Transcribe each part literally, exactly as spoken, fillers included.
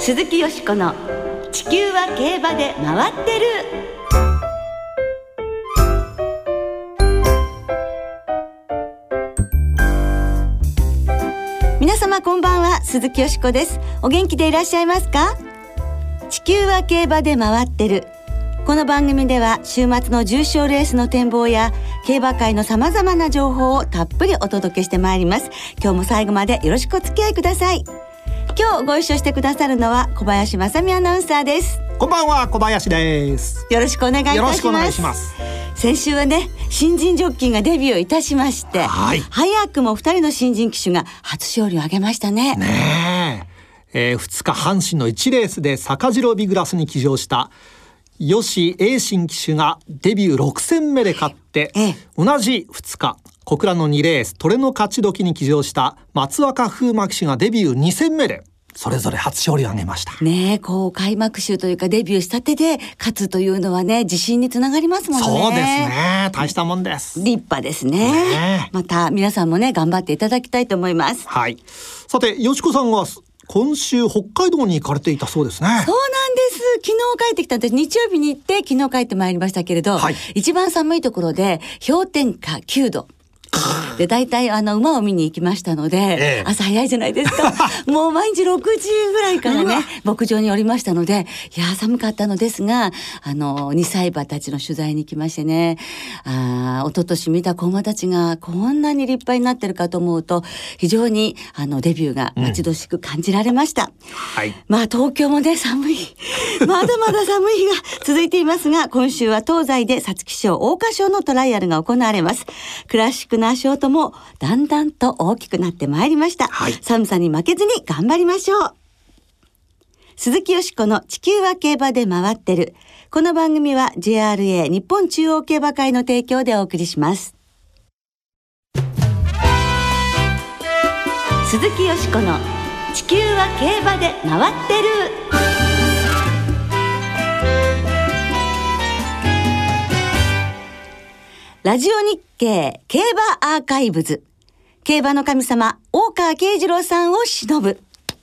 鈴木よしこの地球は競馬で回ってる。皆様こんばんは、鈴木よしこです。お元気でいらっしゃいますか？地球は競馬で回ってる。この番組では週末の重賞レースの展望や競馬界のさまざまな情報をたっぷりお届けしてまいります。今日も最後までよろしくお付き合いください。今日ご一緒してくださるのは小林正美アナウンサーです。 こんばんは、小林です。 よろしくお願いいたします。 よろしくお願いします。 先週はね、新人ジョッキーがデビューいたしまして、はい、早くもふたりの新人騎手が初勝利を挙げましたね。 ねえ、えー、ふつか阪神のいちレースで坂次郎ビグラスに騎乗した吉栄新騎手がデビューろく戦目で勝って、ええ、同じふつか小倉のにレーストレの勝ち時に騎乗した松若風磨騎手がデビューに戦目でそれぞれ初勝利を挙げましたね。え、こう開幕週というかデビューしたてで勝つというのはね、自信につながりますもんね。 そうですね、大したもんです。 立派です ね, ね。また皆さんもね、頑張っていただきたいと思います。 はい。さて、よしこさんは今週北海道に行かれていたそうですね。 そうなんです。昨日帰ってきたんです。日曜日に行って昨日帰ってまいりましたけれど、はい、一番寒いところで氷点下きゅうどで、大体あの馬を見に行きましたので、ええ、朝早いじゃないですかもう毎日ろくじぐらいからね牧場におりましたので、いや寒かったのですが、あのにさい馬たちの取材に行きましてね、あ一昨年見た子馬たちがこんなに立派になってるかと思うと、非常にあのデビューが待ち遠しく感じられました、うんはい、まあ東京もね寒いまだまだ寒い日が続いていますが、今週は東西で皐月賞桜花賞のトライアルが行われます。クラシックなショートもだんだんと大きくなってまいりました、はい、寒さに負けずに頑張りましょう。鈴木よしこの地球は競馬で回ってる。この番組は ジェイアールエー 日本中央競馬会の提供でお送りします。鈴木よしこの地球は競馬で回ってる。ラジオ日経競馬アーカイブズ、競馬の神様大川慶次郎さんを偲ぶ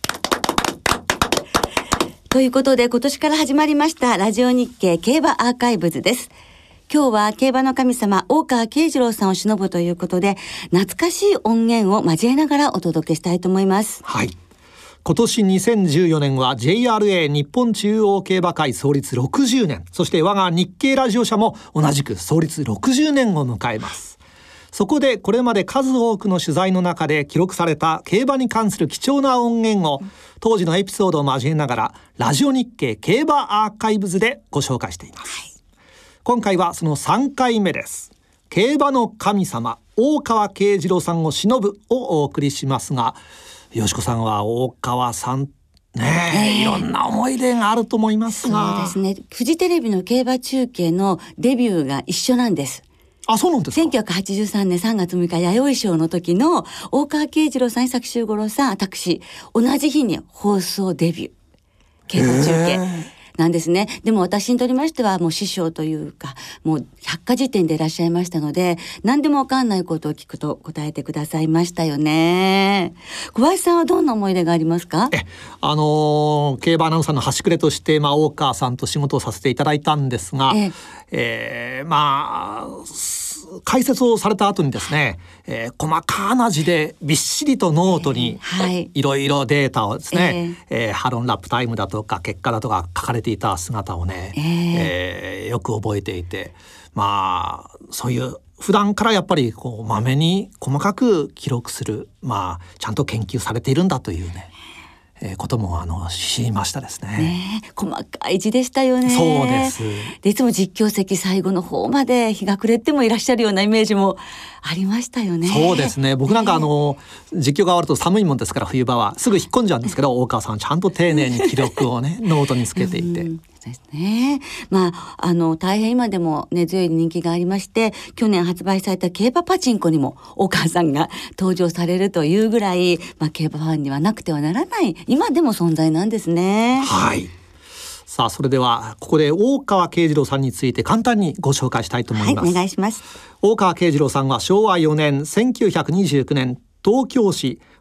ということで、今年から始まりましたラジオ日経競馬アーカイブズです。今日は競馬の神様大川慶次郎さんを偲ぶということで、懐かしい音源を交えながらお届けしたいと思います。 はい。今年にせんじゅうよねんは ジェイアールエー 日本中央競馬会創立ろくじゅうねん、そして我が日経ラジオ社も同じく創立ろくじゅうねんを迎えます。そこでこれまで数多くの取材の中で記録された競馬に関する貴重な音源を当時のエピソードを交えながらラジオ日経競馬アーカイブズでご紹介しています、はい、今回はそのさんかいめです。競馬の神様大川慶次郎さんを偲ぶをお送りしますが、よしこさんは大川さんねえ、いろんな思い出があると思いますが。 そうですね、フジテレビの競馬中継のデビューが一緒なんです。 あ、そうなんですか。 せんきゅうひゃくはちじゅうさんねんさんがつむいか弥生賞の時の大川慶次郎さん、伊作周五郎さん、私同じ日に放送デビュー競馬中継なんですね。でも私にとりましてはもう師匠というか、もう百科事典でいらっしゃいましたので、何でも分かんないことを聞くと答えてくださいましたよね。小林さんはどんな思い出がありますか？ えあのー、競馬アナウンサーの端くれとして、まあ、大川さんと仕事をさせていただいたんですが、ええー、まあ解説をされた後にですね、えー、細かな字でびっしりとノートにいろいろデータをですね、えーえー、ハロンラップタイムだとか結果だとか書かれていた姿をね、えーえー、よく覚えていて、まあそういう普段からやっぱりこうまめに細かく記録する、まあちゃんと研究されているんだというね、えー、こともあの知りましたですね。 ねえ、細かい字でしたよね。 そうです。 でいつも実況席最後の方まで日が暮れてもいらっしゃるようなイメージもありましたよね。 そうですね。僕なんかあの、ね、実況が終わると寒いもんですから冬場はすぐ引っ込んじゃうんですけど、大川さんちゃんと丁寧に記録をねノートにつけていて。うんですね。まあ、あの大変今でも根強い人気がありまして、去年発売された競馬パチンコにも大川さんが登場されるというぐらい、まあ、競馬ファンにはなくてはならない今でも存在なんですね。はい。さあそれではここで大川慶次郎さんについて簡単にご紹介したいと思います。 はい、お願いします。 大川慶次郎さんはしょうわよねんせんきゅうひゃくにじゅうきゅうねん東京市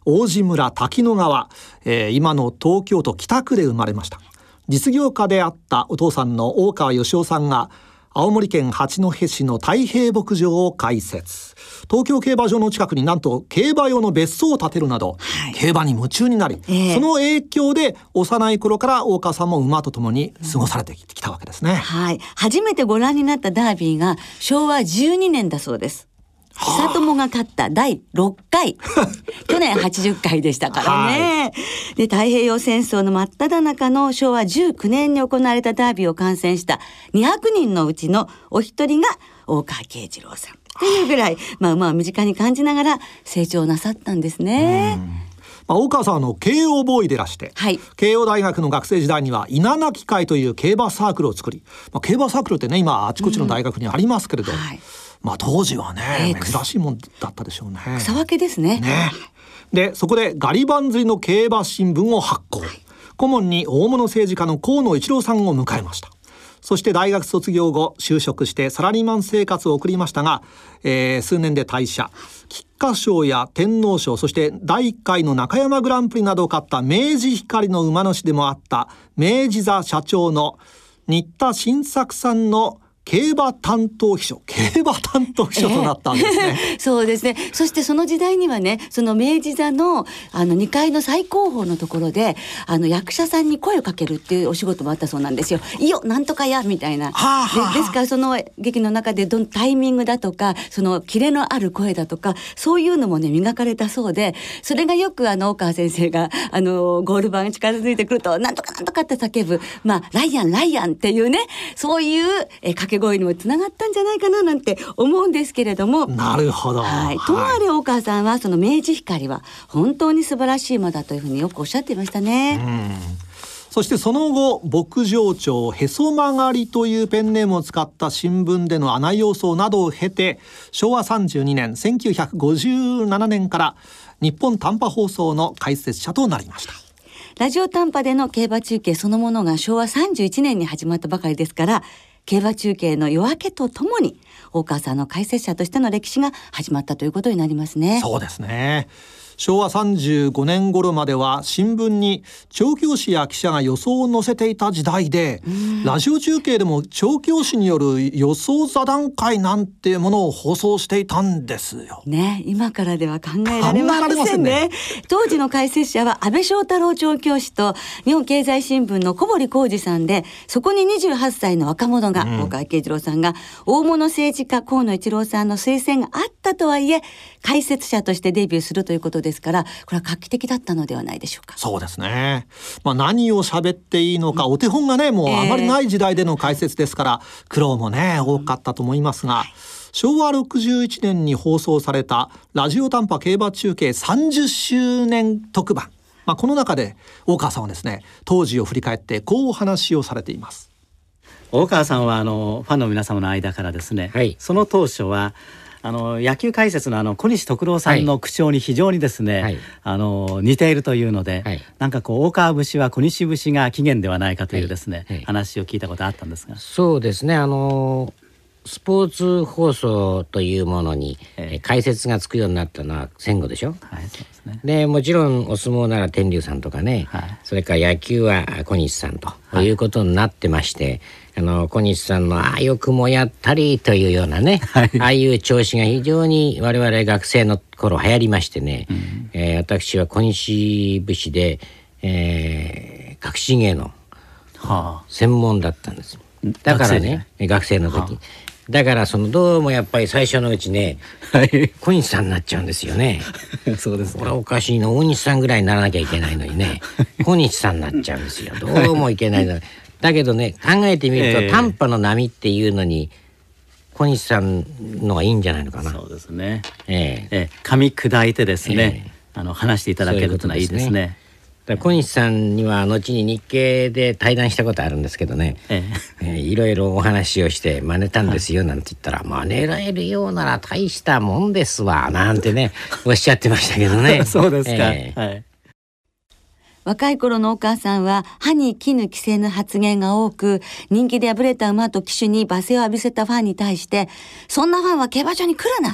王子村滝野川、えー、今の東京都北区で生まれました。実業家であったお父さんの大川義夫さんが青森県八戸市の太平牧場を開設。東京競馬場の近くになんと競馬用の別荘を建てるなど、はい、競馬に夢中になり、えー、その影響で幼い頃から大川さんも馬と共に過ごされてきたわけですね、うん、 はい。初めてご覧になったダービーがしょうわじゅうにねんだそうです。久友が勝っただいろっかい去年はちじゅっかいでしたからね、はい、で太平洋戦争の真っ只中のしょうわじゅうきゅうねんに行われたダービーを観戦したにひゃくにんのうちのお一人が大川慶次郎さんというぐらい、まあ、馬を身近に感じながら成長なさったんですね。 まあ、大川さんの慶応ボーイでらして、はい、慶応大学の学生時代には稲垣会という競馬サークルを作り、まあ、競馬サークルってね今あちこちの大学にありますけれど、うんはい、まあ、当時はね、えー、珍しいもんだったでしょうね。 草分けですね。 ねでそこでガリバン釣りの競馬新聞を発行、はい、顧問に大物政治家の河野一郎さんを迎えました。そして大学卒業後就職してサラリーマン生活を送りましたが、えー、数年で退社。菊花賞や天皇賞、そしてだいいっかいの中山グランプリなどを勝った明治光の馬主でもあった明治座社長の新田新作さんの競馬担当秘書競馬担当秘書となったんですね、 えー、そうですね。そしてその時代にはねその明治座のあのにかいの最高峰のところであの役者さんに声をかけるっていうお仕事もあったそうなんですよ。いいよなんとかやみたいな、はあはあ、で, ですからその劇の中でどのタイミングだとかそのキレのある声だとかそういうのもね磨かれたそうで、それがよくあの大川先生があのゴール板に近づいてくるとなんとかなんとかって叫ぶ、まあライアンライアンっていうねそういうえ掛け声にもつながったんじゃないかななんて思うんですけれども。 なるほど、 はい、ともあれ大川さんはその明治光は本当に素晴らしい馬だというふうによくおっしゃっていましたね。 うん、そしてその後牧場長へそ曲がりというペンネームを使った新聞でのアナ予想などを経てしょうわさんじゅうにねんせんきゅうひゃくごじゅうななねんから日本短波放送の解説者となりました。 ラジオ短波での競馬中継そのものがしょうわさんじゅういちねんに始まったばかりですから、競馬中継の夜明けとともに大川さんの解説者としての歴史が始まったということになりますね。 そうですね。しょうわさんじゅうごねん頃までは新聞に調教師や記者が予想を載せていた時代で、ラジオ中継でも調教師による予想座談会なんていうものを放送していたんですよ。 ね、今からでは考えられませんね。当時の解説者は安倍翔太郎調教師と日本経済新聞の小堀浩二さんで、そこににじゅうはっさいの若者が、うん、大川慶次郎さんが大物政治家河野一郎さんの推薦があったとはいえ解説者としてデビューするということですから、これは画期的だったのではないでしょうか。 そうですね、まあ、何を喋っていいのか、うん、お手本がねもうあまりない時代での解説ですから、えー、苦労もね多かったと思いますが、しょうわろくじゅういちねんに放送されたラジオ短波競馬中継さんじゅっしゅうねん特番、まあ、この中で大川さんはですね当時を振り返ってこうお話をされています。 大川さんはあのファンの皆様の間からですね、はい、その当初はあの野球解説のあの小西徳郎さんの口調に非常にですね、はい、あの似ているというので、はい、なんかこう大川節は小西節が起源ではないかというですね、はいはい、話を聞いたことあったんですが。 そうですね、あのスポーツ放送というものに、えー、解説がつくようになったのは戦後でしょ、はい、そうですね。でもちろんお相撲なら天竜さんとかね、はい、それから野球は小西さんと、はい、いうことになってまして、あの小西さんのああよくもやったりというようなね、はい、ああいう調子が非常に我々学生の頃流行りましてね、うんえー、私は小西節で、えー、隠し芸の専門だったんです、はあ、だからね学生の時、はあ、だからそのどうもやっぱり最初のうちね、はい、小西さんになっちゃうんですよね。 そうですね。 これはおかしいの、大西さんぐらいにならなきゃいけないのにね小西さんになっちゃうんですよ。どうもいけないのだけどね、考えてみると、えー、短波の波っていうのに小西さんのがいいんじゃないのかな。 そうですね、えーえー、噛み砕いてですね、えー、あの話していただけるというのはいいですね。 だ小西さんには後に日経で対談したことあるんですけどね、えええー、いろいろお話をして真似たんですよなんて言ったら、真似られるようなら大したもんですわなんてねおっしゃってましたけどね。 そうですか、えーはい。 若い頃のお母さんは歯に衣着せぬ発言が多く、人気で敗れた馬と騎手に罵声を浴びせたファンに対して、そんなファンは競馬場に来るな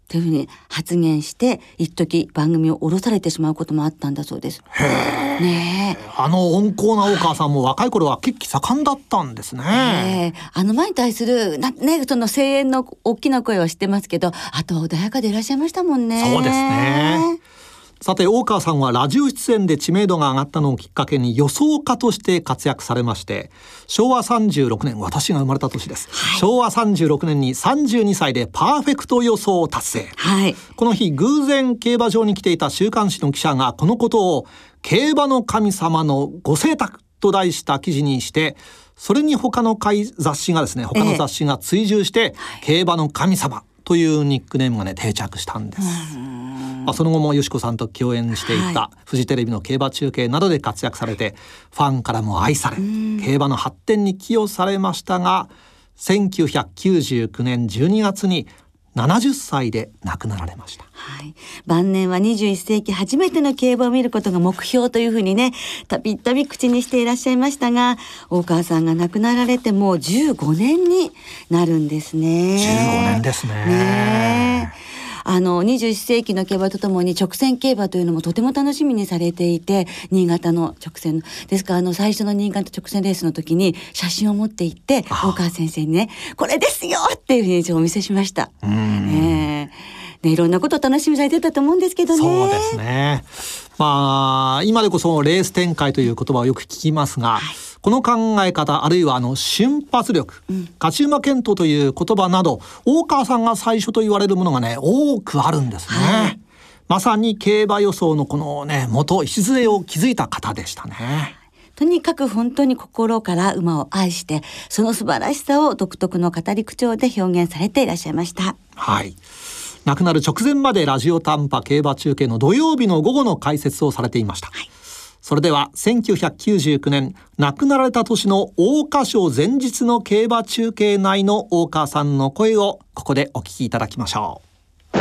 というふうに発言して一時番組を降ろされてしまうこともあったんだそうです。 へー、 ねえあの温厚な大川さんも若い頃は血気盛んだったんですね。 あの馬に対するな、ね、その声援の大きな声は知ってますけど、あとは穏やかでいらっしゃいましたもんね。 そうですね。さて大川さんはラジオ出演で知名度が上がったのをきっかけに予想家として活躍されまして、しょうわさんじゅうろくねん、私が生まれた年です、はい、しょうわさんじゅうろくねんにさんじゅうにさいでパーフェクト予想を達成、 はい、 この日偶然競馬場に来ていた週刊誌の記者がこのことを競馬の神様のご請託と題した記事にして、それに他の雑誌がですね他の雑誌が追従して、えー、競馬の神様というニックネームがね定着したんです。まあ、その後もよしこさんと共演していたフジテレビの競馬中継などで活躍されて、ファンからも愛され競馬の発展に寄与されましたが、せんきゅうひゃくきゅうじゅうきゅうねんじゅうにがつにななじゅっさいで亡くなられました。 はい、晩年はにじゅういっせいき初めての競馬を見ることが目標というふうにねたびたび口にしていらっしゃいましたが、大川さんが亡くなられてもうじゅうごねんになるんですね。 じゅうごねんですね。 ねあのにじゅういっせいきの競馬とともに直線競馬というのもとても楽しみにされていて、新潟の直線ですから、あの最初の新潟直線レースの時に写真を持って行って大川先生にねこれですよっていうふうにお見せしました。 うん、 えーね、いろんなことを楽しみされてたと思うんですけどね。 そうですね。まあ今でこそレース展開という言葉をよく聞きますが、はい、この考え方あるいはあの瞬発力、うん、勝ち馬検討という言葉など大川さんが最初と言われるものがね多くあるんですね。はい、まさに競馬予想のこのね元礎を築いた方でしたね。 とにかく本当に心から馬を愛して、その素晴らしさを独特の語り口調で表現されていらっしゃいました。 はい。亡くなる直前までラジオ短波競馬中継の土曜日の午後の解説をされていました。はい、それではせんきゅうひゃくきゅうじゅうきゅうねん亡くなられた年の桜花賞前日の競馬中継内の大川さんの声をここでお聞きいただきましょう。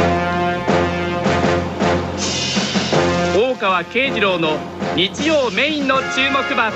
大川慶次郎の日曜メインの注目馬。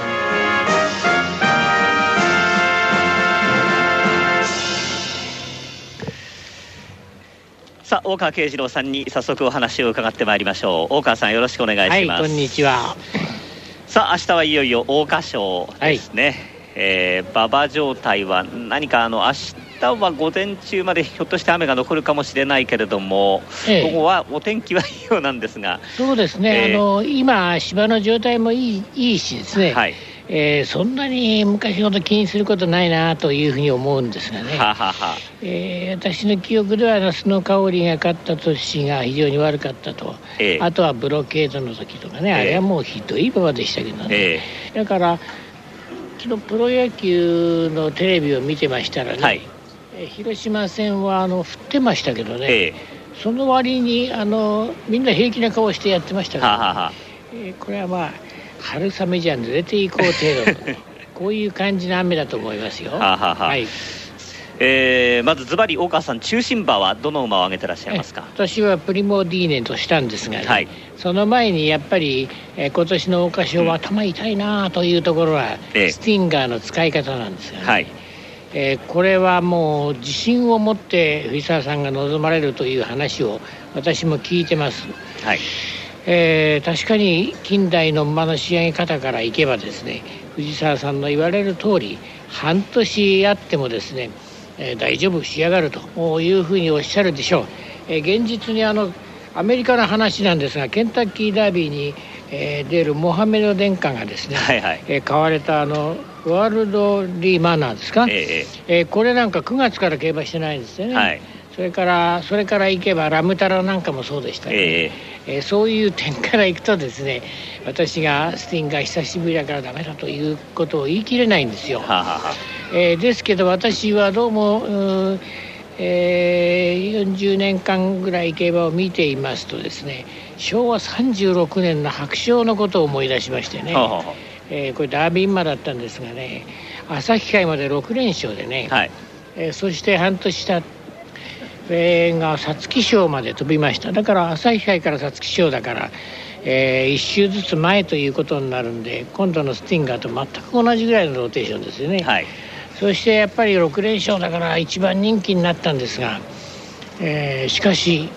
さあ大川慶次郎さんに早速お話を伺ってまいりましょう。大川さんよろしくお願いします。 はい、こんにちは。 さあ明日はいよいよ桜花賞ですね。はい、えー、馬場状態は何かあの明日は午前中までひょっとして雨が残るかもしれないけれども、ええ、午後はお天気はいいようなんですが。 そうですね、えー、あの今芝の状態もいい、いいしですね、はい、えー、そんなに昔ほど気にすることないなというふうに思うんですがね。ははは、えー、私の記憶ではスノカオリが勝った年が非常に悪かったと、えー、あとはブロケードの時とかね、えー、あれはもうひどい馬場でしたけどね、えー、だから昨日プロ野球のテレビを見てましたらね、はい、えー、広島戦はあの降ってましたけどね、えー、その割にあのみんな平気な顔してやってましたから、ね、ははは、えー、これはまあ春雨じゃん出ていこう程度こういう感じの雨だと思いますよ。ははは、はい、 えー、まずズバリ大川さん、中心馬はどの馬を挙げてらっしゃいますか。 私はプリモディーネとしたんですが、ね、はい、その前にやっぱり、えー、今年の桜花賞は頭痛いなというところは、うん、スティンガーの使い方なんですが、ね、はい、えー、これはもう自信を持って藤沢さんが望まれるという話を私も聞いてます。はい、えー、確かに近代の馬の仕上げ方からいけばですね、藤沢さんの言われる通り半年あってもですね、えー、大丈夫仕上がるというふうにおっしゃるでしょう。えー、現実にあのアメリカの話なんですが、ケンタッキーダービーに、えー、出るモハメド殿下がですね、はいはい、えー、買われたあのワールドリーマナーですか、えーえー、これなんかくがつから競馬してないんですよね。はい、それからそれから行けばラムタラなんかもそうでしたね。えーえー、そういう点からいくとですね、私がスティンが久しぶりだからダメだということを言い切れないんですよ。ははは、えー、ですけど私はどうもう、えー、よんじゅうねんかんぐらい競馬を見ていますとですね、しょうわさんじゅうろくねんの白鳥のことを思い出しましてね、ははは、えー、これダービー馬だったんですがね、朝日杯までろくれんしょうでね、はい、えー、そして半年経ってえー、が皐月賞まで飛びました。だから朝日杯から皐月賞だから、えー、いっ周ずつ前ということになるんで、今度のスティンガーと全く同じぐらいのローテーションですよね。はい、そしてやっぱりろくれんしょうだから一番人気になったんですが、えー、しかし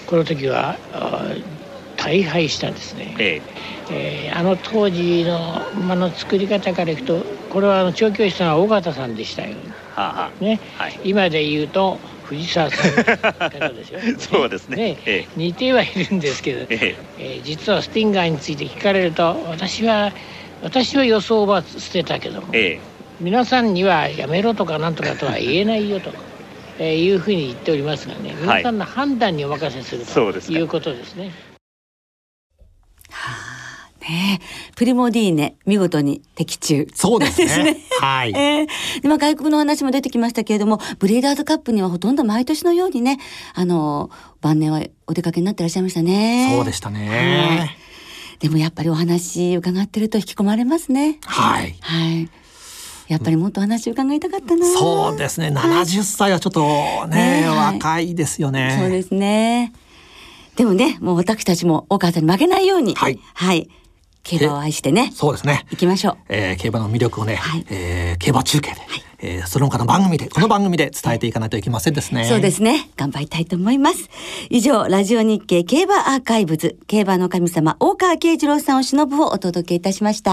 この時は大敗したんですね、えええー、あの当時の馬の作り方からいくとこれはあの調教師の尾形さんでしたよ、はあねはい、今で言うと藤沢さん方ですよそうですね、ねええ、似てはいるんですけど、えええー、実はスティンガーについて聞かれると私は私は予想は捨てたけども、ええ、皆さんにはやめろとかなんとかとは言えないよとえー、いうふうに言っておりますがね、皆さんの判断にお任せするということですね。 はあ、ねえ、プリモディーネ見事に的中。 そうですね。はい。 えー、でまあ外国の話も出てきましたけれども、ブリーダーズカップにはほとんど毎年のようにね、あの晩年はお出かけになってらっしゃいましたね。 そうでしたね。 はい、でもやっぱりお話伺ってると引き込まれますね。 はい。 はい。やっぱりもっと話伺いたかったな。 そうですね。ななじゅっさいはちょっとね、ね若いですよね。 そうですね。でもね、もう私たちも大川さんに負けないように、はい、はい、競馬を愛してね。 そうですね。 行きましょう。 えー、競馬の魅力をね、はい、えー、競馬中継で、はい、えー、その他の番組でこの番組で伝えていかないといけませんですね。 そうですね。頑張りたいと思います。以上、ラジオ日経競馬アーカイブズ、競馬の神様大川慶次郎さんを偲ぶをお届けいたしました。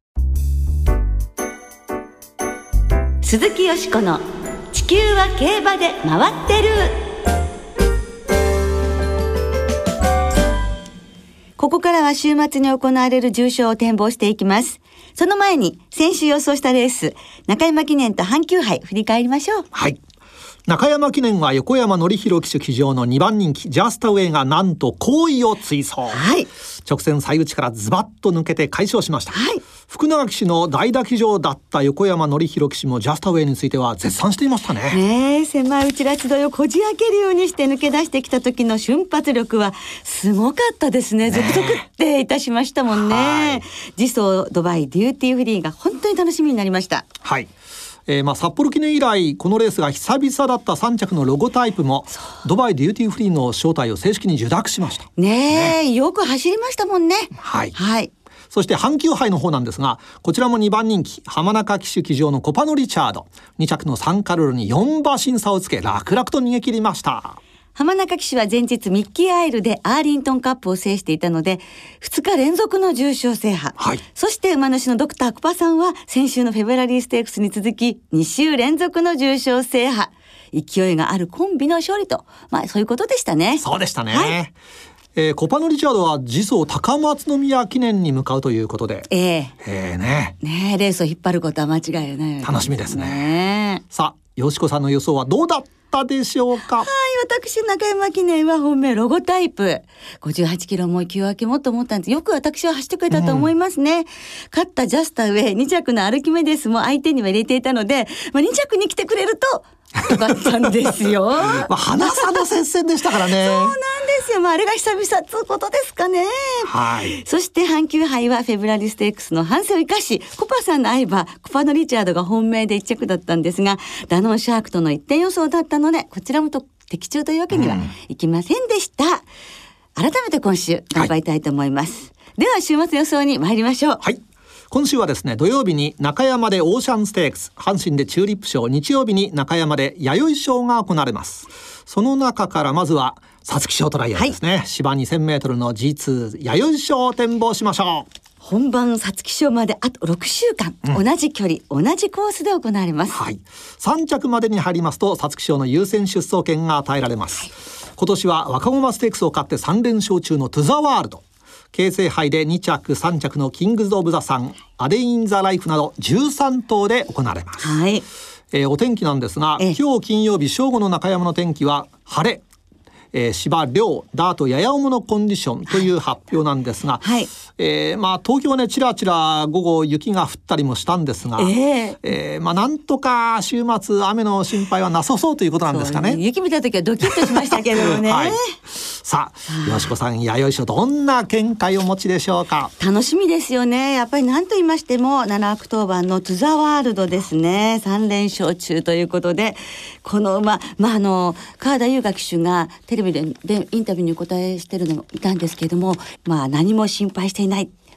鈴木よしこの地球は競馬で回ってる。ここからは週末に行われる重賞を展望していきます。その前に先週予想したレース中山記念と阪急杯振り返りましょう。 はい。中山記念は横山典弘騎手騎乗のにばん人気ジャスタウェイがなんと好位を追走、はい、直線最内からズバッと抜けて快勝しました、はい、福永騎手の代打騎乗だった横山典弘騎手もジャスタウェイについては絶賛していましたね。 ねえ、狭い内らちどいをこじ開けるようにして抜け出してきた時の瞬発力はすごかったですね。続々っていたしましたもんね、はい、次走ドバイデューティーフリーが本当に楽しみになりました。 はい、えーまあ、札幌記念以来このレースが久々だったさん着のロゴタイプもドバイデューティーフリーの正体を正式に受諾しましたね, ねよく走りましたもんね。 はい、 はい、 そして阪急杯の方なんですが、こちらもにばん人気浜中騎手騎乗のコパノリチャード、に着のサンカルルによん馬身差をつけ楽々と逃げ切りました。 浜中騎手は前日ミッキーアイルでアーリントンカップを制していたのでふつか連続の重賞制覇、はい、そして馬主のドクターコパさんは先週のフェブラリーステークスに続きに週連続の重賞制覇、勢いがあるコンビの勝利と、まあそういうことでしたね。 そうでしたね、 はい、 えー、コパノリチャードは次走高松宮記念に向かうということで、 えーえー、ねねレースを引っ張ることは間違いない、ね、 楽しみですね。さあ、よしこさんの予想はどうだったでしょうか。 はい、私中山記念は本命ロゴタイプごじゅうはちキロもきゅう分けもと思ったんです。よく私は走ってくれたと思いますね、うん、勝ったジャスタウェイに着のアルキメデスも相手には入れていたので、まあ、に着に来てくれるとよかったんですよまあ花差の接戦でしたからねそうなんですよ、まあ、あれが久々ということですかね。 はい。 そして阪急杯はフェブラリーステークスの反省を生かしコパさんの相場コパノリチャードが本命でいち着だったんですがダノンシャークとの一点予想だったのでこちらもと的中というわけにはいきませんでした、うん、改めて今週頑張りたいと思います、はい、では週末予想に参りましょう。 はい、今週はですね、土曜日に中山でオーシャンステークス、阪神でチューリップ賞、日曜日に中山で弥生賞が行われます。その中からまずは皐月賞トライアルですね、はい、芝 にせんメートルの ジーツー 弥生賞を展望しましょう。 本番皐月賞まであとろくしゅうかん、うん、同じ距離同じコースで行われます、 はい、さん着までに入りますと皐月賞の優先出走権が与えられます、はい、今年は若駒ステークスを勝ってさん連勝中のトゥザワールド、京成杯でに着さん着のキングズ・オブ・ザ・サン、アデイン・ザ・ライフなどじゅうさん頭で行われます、 はい、 えー、お天気なんですが、今日金曜日正午の中山の天気は晴れ、えー、芝涼ダートやや重のコンディションという発表なんですが、はい、えーまあ、東京はねちらちら午後雪が降ったりもしたんですが、えーえーまあ、なんとか週末雨の心配はなさそうということなんですかね。 雪見た時はドキッとしましたけどもね、はい、 さあよしこさん弥生賞どんな見解をお持ちでしょうか。 楽しみですよね。やっぱり何と言いましてもななアクトーバーのトゥザワールドですね。さん連勝中ということでこの馬、まあ、あの川田優雅騎手がテレビででインタビューにお答えしてるのを見たんですけれども、まあ、何も心配していない、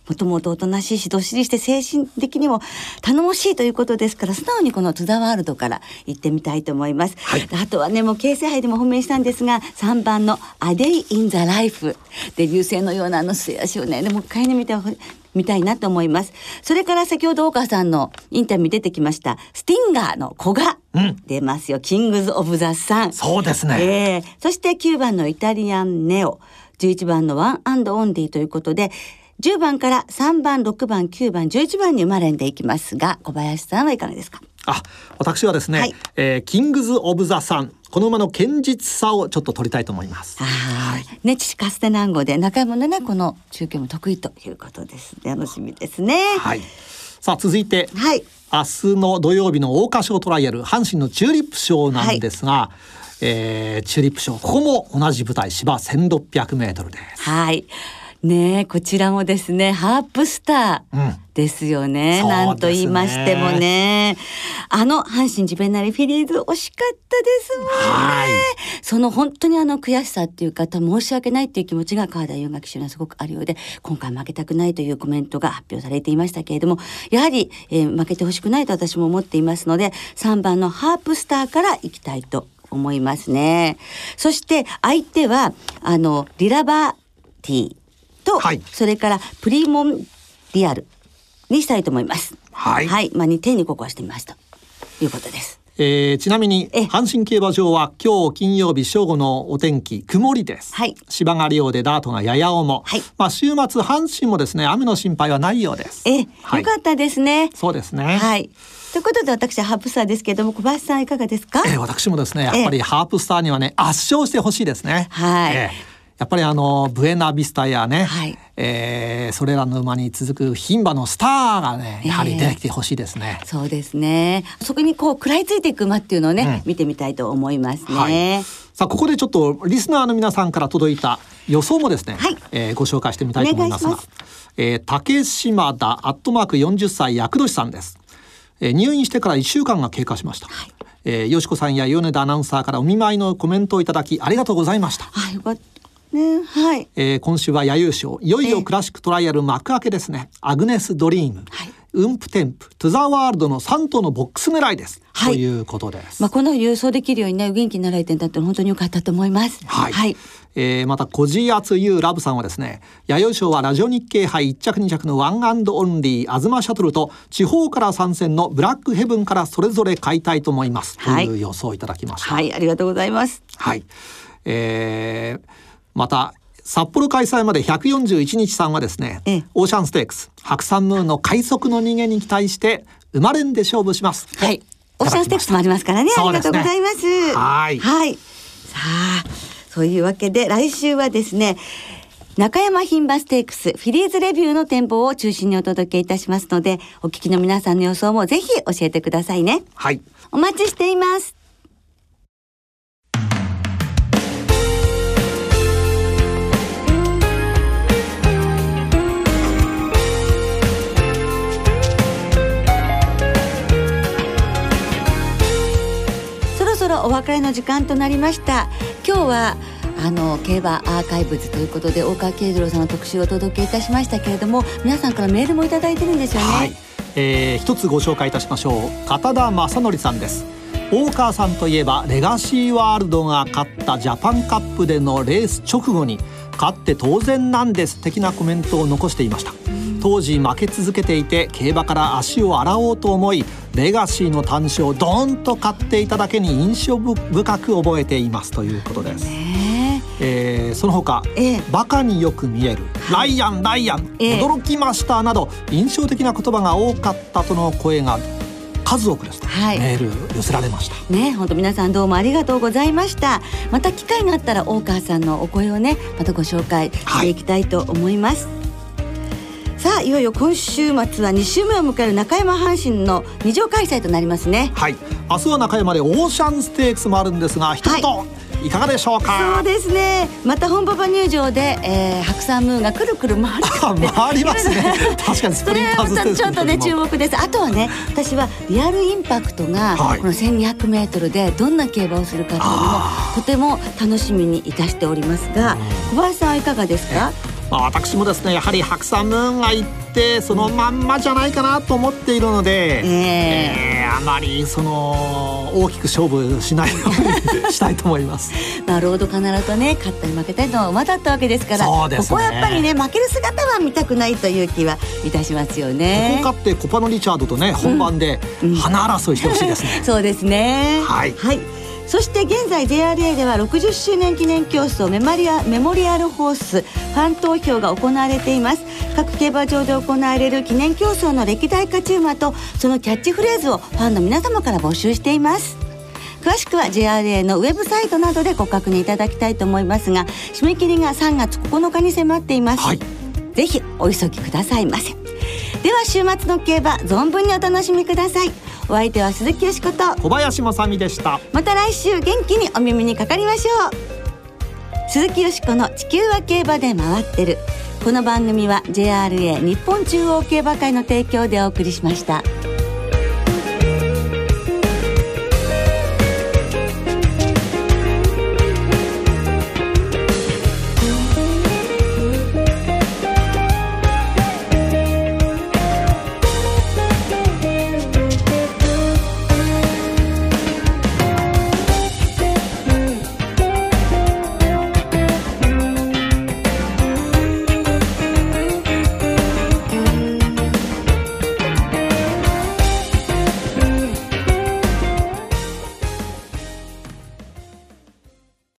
もともとおとなしいしどっしりして精神的にも頼もしいということですから、素直にこの津田ワールドから行ってみたいと思います、はい、あとはねもう京成杯でも本命したんですがさんばんのアデイ・イン・ザ・ライフ、デビュー戦のようなあの末足をねでもう一回ね見て見たいなと思います。それから先ほど大川さんのインタビュー出てきましたスティンガーの古賀、うん、出ますよ。キングズ・オブ・ザ・サン。 そうですね、 えー、そしてきゅうばんのイタリアン・ネオ、じゅういちばんのワンアンドオンリーということで、じゅうばんからさんばんろくばんきゅうばんじゅういちばんに生まれんでいきますが、小林さんはいかがですか？ あ、私はですね、はい、えー、キングズ・オブ・ザ・サン、この馬の堅実さをちょっと取りたいと思います。 はい、ね、父カステナンゴで中山のねこの中継も得意ということですね。楽しみですね。 はい、さあ続いて、 はい、 明日の土曜日の桜花賞トライアル、阪神のチューリップ賞なんですが、はい、えー、チューリップ賞、ここも同じ舞台、芝せんろっぴゃくメートルです。 はい、ねえ、こちらもですねハープスターですよね、うん、なんと言いましてもね、あの阪神ジベナリフィリーズ惜しかったですもんね。はい、その本当にあの悔しさっていうか申し訳ないっていう気持ちが川田悠雅騎手にはすごくあるようで、今回負けたくないというコメントが発表されていましたけれども、やはり、えー、負けてほしくないと私も思っていますので、さんばんのハープスターからいきたいと思いますね。そして相手はあのリラバーティーと、はい、それからプリモンリアルにしたいと思います。はい、はい、まあ、にてんにここはしてみますということです。 えー、ちなみに阪神競馬場は今日金曜日正午のお天気曇りです。はい、芝が良でダートがやや重、はい、まあ、週末阪神もですね雨の心配はないようです。 え、はい、よかったですね。 そうですね。 はい、ということで私はハープスターですけれども、小林さんいかがですか？ えー、私もですねやっぱりハープスターにはね圧勝してほしいですね。はい、えーやっぱりあのブエナビスタやね、はい、えー、それらの馬に続く牝馬のスターがねやはり出てきてほしいですね。 えー、そうですね。そこにこう食らいついていく馬っていうのをね、うん、見てみたいと思いますね。はい、 さあここでちょっとリスナーの皆さんから届いた予想もですね、はい、えー、ご紹介してみたいと思いますが、お願いします。えー、竹島田アットマークよんじゅっさい厄年さんです。えー、入院してからいっしゅうかんが経過しました。はい、えー、よしこさんや米田アナウンサーからお見舞いのコメントをいただきありがとうございました。 はい、よかったね。はい、 えー、今週は弥生賞、いよいよクラシックトライアル幕開けですね。アグネスドリーム、はい、ウンプテンプ、トゥザワールドのさん頭のボックス狙いです、はい、ということです。 まあ、この郵送できるようにね元気になられてんだって本当に良かったと思います。 はい、はい、えー、またコジアツユーラブさんはですね、弥生賞はラジオ日経杯いっ着に着のワンアンドオンリーアズマシャトルと地方から参戦のブラックヘブンからそれぞれ買いたいと思います、はい、という予想をいただきました。 はい、ありがとうございます。 はい、えー、また札幌開催までひゃくよんじゅういちにちさんはですね、ええ、オーシャンステークス白山ムーンの快速の逃げに期待して生まれんで勝負します。 はい、オーシャンステークスもありますからね。ありがとうございます。はい、はい、さあそういうわけで来週はですね中山牝馬ステークスフィリーズレビューの展望を中心にお届けいたしますので、お聞きの皆さんの予想もぜひ教えてくださいね。 はい、 お待ちしています。お別れの時間となりました。今日はあの競馬アーカイブズということで大川慶次郎さんの特集をお届けいたしましたけれども、皆さんからメールもいただいてるんですよね。はい、 えー、一つご紹介いたしましょう。片田正則さんです。大川さんといえばレガシーワールドが勝ったジャパンカップでのレース直後に勝って当然なんです的なコメントを残していました。当時負け続けていて競馬から足を洗おうと思いレガシーの単勝をドーンと買っていただけに印象深く覚えていますということです。ねえー、その他、えー、バカによく見える、ライアンライアン、えー、驚きましたなど印象的な言葉が多かったとの声が数多くですね、はい、メール寄せられましたね。本当皆さんどうもありがとうございました。また機会があったら大川さんのお声をねまたご紹介していきたいと思います。はい、さあいよいよ今週末はに週目を迎える中山阪神のに乗開催となりますね。 はい、明日は中山でオーシャンステークスもあるんですが、一言、はい、いかがでしょうか。 そうですね、また本馬場入場で、えー、白山ムーンがくるくる回る回りますね確かにスプリンターズステークスちょっとね注目です。あとはね私はリアルインパクトがこのせんにひゃくメートルでどんな競馬をするかというのもとても楽しみにいたしておりますが、小林さんはいかがですか。 まあ、私もですねやはり白山ムーンが行ってそのまんまじゃないかなと思っているので、 えーえー、あまりその大きく勝負しないようにしたいと思いますまあロード必ずとね勝ったり負けたりの馬だったわけですから、 そうですね、 ここはやっぱりね負ける姿は見たくないという気はいたしますよね。 ここ勝ってコパノリチャードとね本番で花争いしてほしいですね、 うんうん、そうですね、 はい、 はい。そして現在 ジェイアールエー ではろくじゅっしゅうねん記念競争メモリア、メモリアルホースファン投票が行われています。各競馬場で行われる記念競争の歴代勝ち馬とそのキャッチフレーズをファンの皆様から募集しています。詳しくは ジェイアールエー のウェブサイトなどでご確認いただきたいと思いますが、締め切りがさんがつここのかに迫っています、はい、ぜひお急ぎくださいませ。では週末の競馬存分にお楽しみください。お相手は鈴木よしこと小林まさみでした。 また来週元気にお耳にかかりましょう。鈴木よしこの地球は競馬で回ってる。この番組は ジェイアールエー 日本中央競馬会の提供でお送りしました。